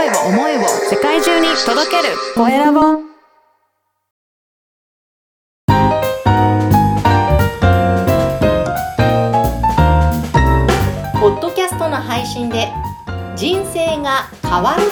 を思いを世界中に届けるコエラボ。ポッドキャストの配信で人生が変わる。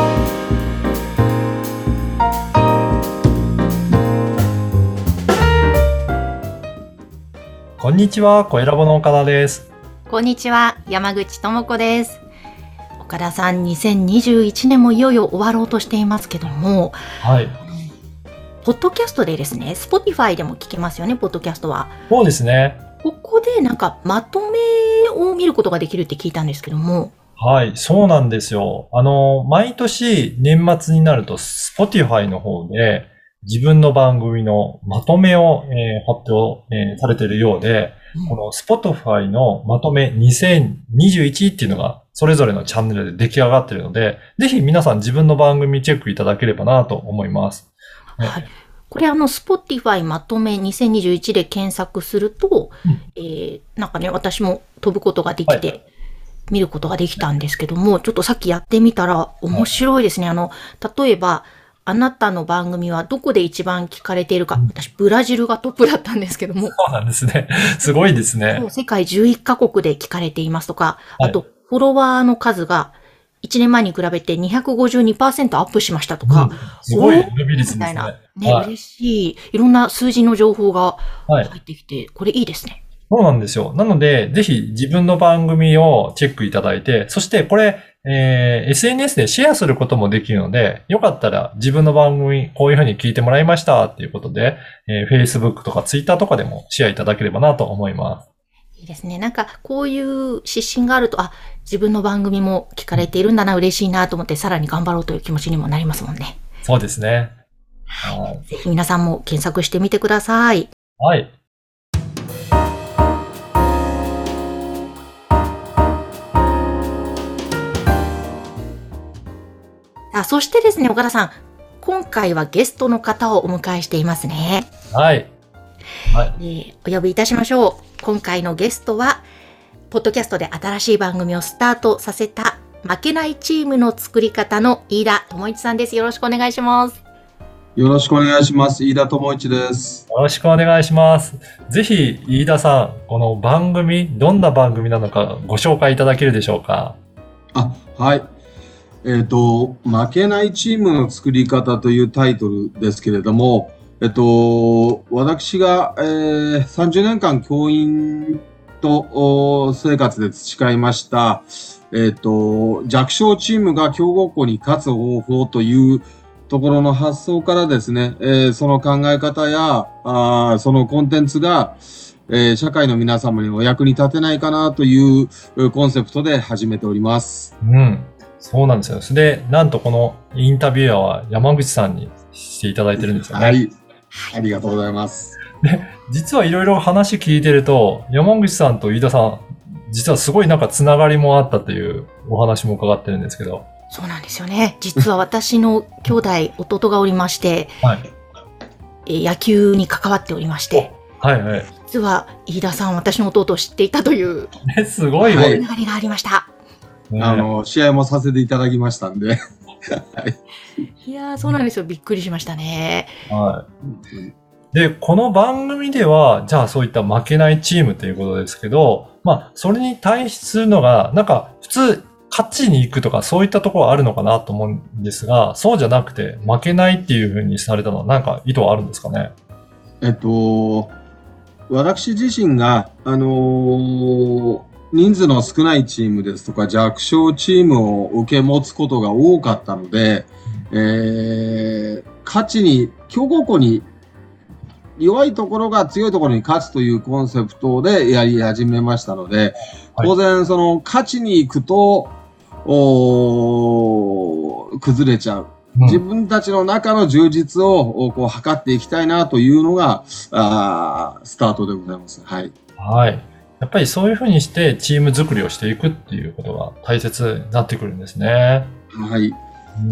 こんにちは、コエラボの岡田です。 こんにちは、山口智子です。岡田さん、2021年もいよいよ終わろうとしていますけども、 はい。 ポッドキャストでですね、Spotify でも聞けますよね、ポッドキャストは。 そうですね。 ここでなんかまとめを見ることができるって聞いたんですけども。 はい、そうなんですよ。毎年年末になると Spotify の方で自分の番組のまとめを、発表、されているようで、この Spotify のまとめ2021っていうのがそれぞれのチャンネルで出来上がっているので、ぜひ皆さん自分の番組チェックいただければなと思います。 はい。これSpotify まとめ2021で検索すると、なんかね、私も飛ぶことができて、はい、見ることができたんですけども、ちょっとさっきやってみたら面白いですね。例えば、あなたの番組はどこで一番聞かれているか、私、ブラジルがトップだったんですけども。 そうなんですね。すごいですね。 世界11カ国で聞かれていますとか、あと、フォロワーの数が1年前に比べて252% アップしましたとか。 すごい伸び率ですね。 みたいな。ね、嬉しい。いろんな数字の情報が入ってきて、これいいですね。 そうなんですよ。なので、ぜひ自分の番組をチェックいただいて、そしてこれ、SNS でシェアすることもできるので、よかったら自分の番組こういうふうに聞いてもらいましたっていうことで、Facebook とか Twitter とかでもシェアいただければなと思います。 いいですね。なんかこういう指針があると、自分の番組も聞かれているんだな、嬉しいなと思ってさらに頑張ろうという気持ちにもなりますもんね。 そうですね。 はい。ぜひ皆さんも検索してみてください。 はい。 そしてですね、岡田さん、今回はゲストの方をお迎えしていますね。 はい。はい。 お呼びいたしましょう。今回のゲストは、ポッドキャストで新しい番組をスタートさせた、負けないチームの作り方の飯田智一さんです。よろしくお願いします。 よろしくお願いします。飯田智一です。 よろしくお願いします。ぜひ、飯田さん、この番組、どんな番組なのかご紹介いただけるでしょうか。 はい。負けないチームの作り方というタイトルですけれども、私が、30年間教員と生活で培いました、弱小チームが強豪校に勝つ方法というところの発想からですね、その考え方や、そのコンテンツが、社会の皆様にお役に立てないかなというコンセプトで始めております。 うん。そうなんですよ。それで、なんとこのインタビュアーは山口さんにしていただいてるんですよね。 はい。ありがとうございます。 で、実はいろいろ話聞いてると、山口さんと飯田さん、実はすごいなんかつながりもあったというお話も伺ってるんですけど。 そうなんですよね。実は私の兄弟、弟がおりまして、はい、野球に関わっておりまして、 はいはい。 実は飯田さん、私の弟を知っていたという、 すごいわ。 つながりがありました。 試合もさせていただきましたんで。 いやー、そうなんですよ。びっくりしましたね。 はい。で、この番組では、じゃあそういった負けないチームということですけど、それに対比するのが、なんか普通、勝ちに行くとかそういったところあるのかなと思うんですが、そうじゃなくて負けないっていう風にされたのはなんか意図はあるんですかね？ 私自身が、人数の少ないチームですとか弱小チームを受け持つことが多かったので、強豪校に弱いところが強いところに勝つというコンセプトでやり始めましたので、当然その勝ちに行くと崩れちゃう。自分たちの中の充実を図っていきたいなというのがスタートでございます。はい。 はい。やっぱりそういうふうにしてチーム作りをしていくっていうことが大切になってくるんですね。 はい。 うん。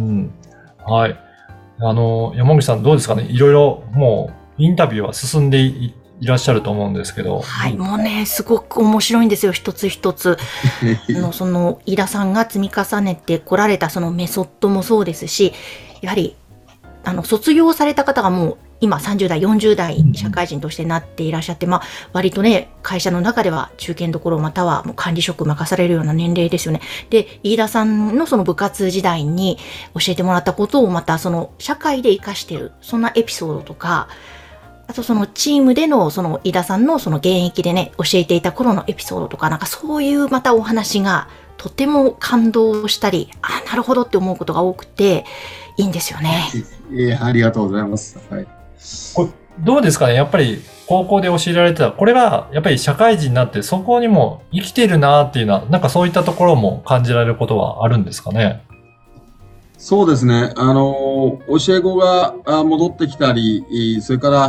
はい。山口さんどうですかね？いろいろもうインタビューは進んでいいらっしゃると思うんですけど。 はい、もうね、すごく面白いんですよ、一つ一つ。その、飯田さんが積み重ねてこられたそのメソッドもそうですし、やはり、卒業された方がもう、今30代、40代社会人としてなっていらっしゃって、まあ、割とね、会社の中では中堅どころまたはもう管理職任されるような年齢ですよね。で、飯田さんのその部活時代に教えてもらったことをまたその社会で活かしている、そんなエピソードとか、あとそのチームでのその飯田さんのその現役でね、教えていた頃のエピソードとか、なんかそういうまたお話がとても感動したり、なるほどって思うことが多くて、いいんですよね。 ありがとうございます。はい。 これどうですかね、やっぱり高校で教えられてた、これがやっぱり社会人になってそこにも生きてるなっていうのは、なんかそういったところも感じられることはあるんですかね。 そうですね。教え子が戻ってきたり、それから、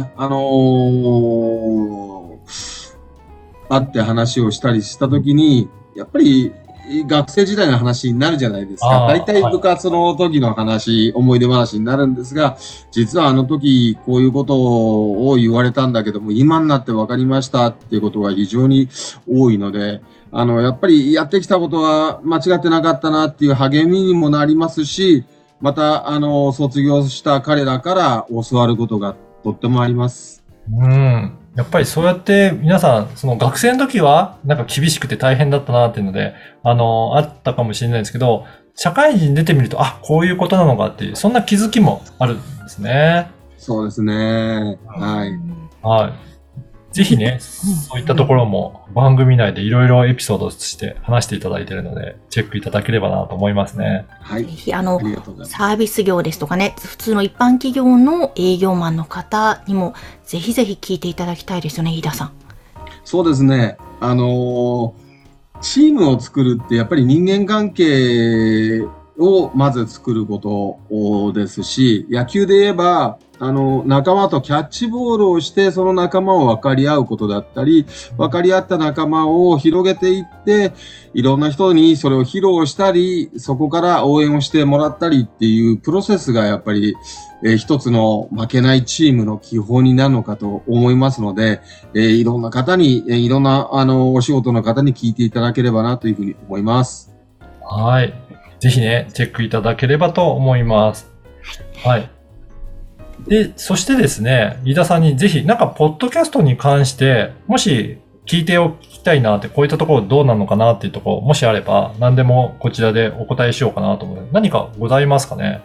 会って話をしたりしたときに、やっぱり学生時代の話になるじゃないですか。大体部活の時の話、思い出話になるんですが、実はあの時こういうことを言われたんだけども、今になって分かりましたっていうことが非常に多いので、やっぱりやってきたことは間違ってなかったなっていう励みにもなりますし、また、卒業した彼らから教わることがとってもあります。 やっぱりそうやって皆さん、その学生の時はなんか厳しくて大変だったなっていうので、あったかもしれないですけど、社会人出てみると、こういうことなのかっていう、そんな気づきもあるんですね。 そうですね。はい。 はい。ぜひね、そういったところも番組内でいろいろエピソードとして話していただいているので、チェックいただければなと思いますね。 はい。 ぜひサービス業ですとかね、普通の一般企業の営業マンの方にも、ぜひぜひ聞いていただきたいですよね、飯田さん。 そうですね。チームを作るってやっぱり人間関係をまず作ることですし、野球で言えば、仲間とキャッチボールをして、その仲間を分かり合うことだったり、分かり合った仲間を広げていって、いろんな人にそれを披露したり、そこから応援をしてもらったりっていうプロセスがやっぱり、一つの負けないチームの基本になるのかと思いますので、いろんな方に、いろんな、お仕事の方に聞いていただければなというふうに思います。 はい。ぜひね、チェックいただければと思います。はい。で、そしてですね、飯田さんにぜひ、なんか、ポッドキャストに関して、もし聞いておきたいなって、こういったところどうなのかなっていうところ、もしあれば、何でもこちらでお答えしようかなと思うので、何かございますかね。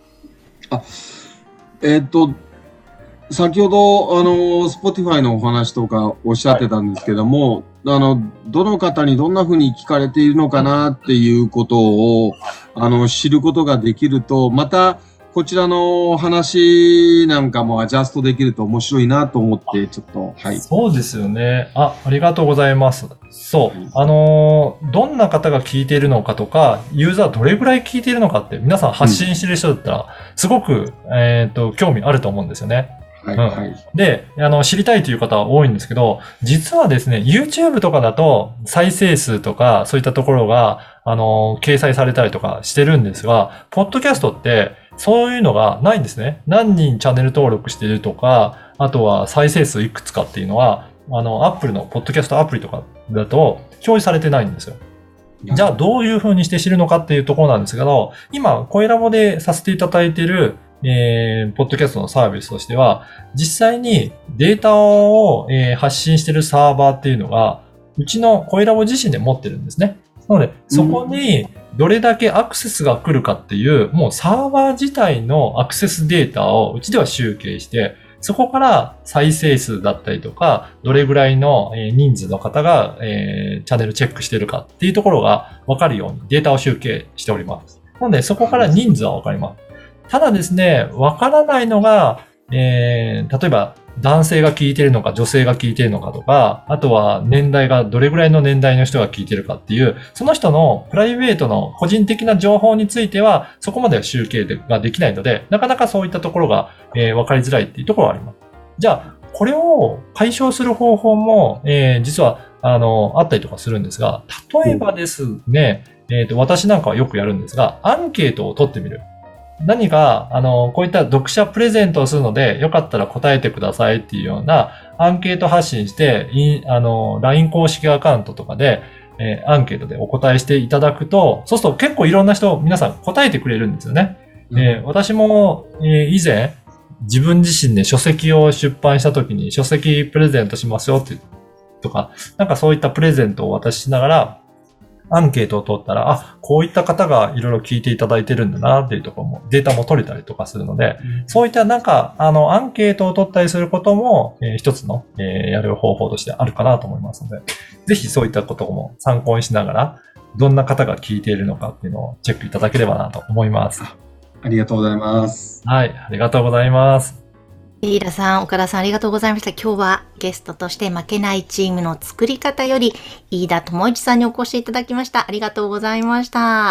先ほど、Spotify のお話とかおっしゃってたんですけども、どの方にどんな風に聞かれているのかなっていうことを、知ることができると、また、こちらの話なんかもアジャストできると面白いなと思って、ちょっと、はい。 そうですよね。ありがとうございます。そう。どんな方が聞いているのかとか、ユーザーどれぐらい聞いているのかって、皆さん発信している人だったら、すごく、興味あると思うんですよね。 はいはい。 で、知りたいという方は多いんですけど、実はですね、YouTube とかだと再生数とかそういったところが、掲載されたりとかしてるんですが、ポッドキャストってそういうのがないんですね。何人チャンネル登録しているとか、あとは再生数いくつかっていうのは、Apple のポッドキャストアプリとかだと表示されてないんですよ。じゃあどういう風にして知るのかっていうところなんですけど、今、声ラボでさせていただいているポッドキャストのサービスとしては、実際にデータを、発信しているサーバーっていうのが、うちの声ラボ自身で持ってるんですね。なので、そこにどれだけアクセスが来るかっていう、もうサーバー自体のアクセスデータをうちでは集計して、そこから再生数だったりとか、どれぐらいの人数の方がチャンネルチェックしているかっていうところがわかるようにデータを集計しております。なので、そこから人数はわかります。ただですね、わからないのが、例えば男性が聞いているのか女性が聞いているのかとか、あとは年代がどれぐらいの年代の人が聞いているかっていう、その人のプライベートの個人的な情報については、そこまでは集計ができないので、なかなかそういったところが、わかりづらいっていうところがあります。じゃあ、これを解消する方法も、実は、あったりとかするんですが、例えばですね、私なんかはよくやるんですが、アンケートを取ってみる。 何か、こういった読者プレゼントをするので、よかったら答えてくださいっていうようなアンケート発信して、LINE 公式アカウントとかで、アンケートでお答えしていただくと、そうすると結構いろんな人、皆さん答えてくれるんですよね。私も、以前、自分自身で書籍を出版した時に書籍プレゼントしますよってとか、なんかそういったプレゼントをお渡ししながら、アンケートを取ったら、あ、こういった方がいろいろ聞いていただいてるんだなっていうところも、データも取れたりとかするので、そういったなんか、アンケートを取ったりすることも、一つの、やる方法としてあるかなと思いますので、ぜひそういったことも参考にしながら、どんな方が聞いているのかっていうのをチェックいただければなと思います。 ありがとうございます。 はい、ありがとうございます。 飯田さん、岡田さん、ありがとうございました。今日はゲストとして負けないチームの作り方より、飯田智一さんにお越しいただきました。ありがとうございました。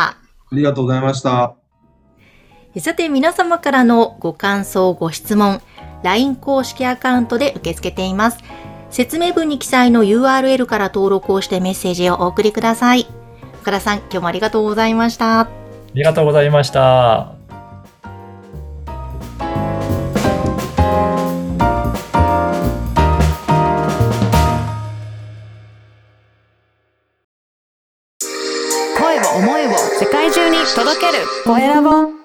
ありがとうございました。 さて、皆様からのご感想、ご質問、LINE 公式アカウントで受け付けています。説明文に記載の URL から登録をしてメッセージをお送りください。岡田さん、今日もありがとうございました。 ありがとうございました。 声を思いを世界中に届けるコエラボ。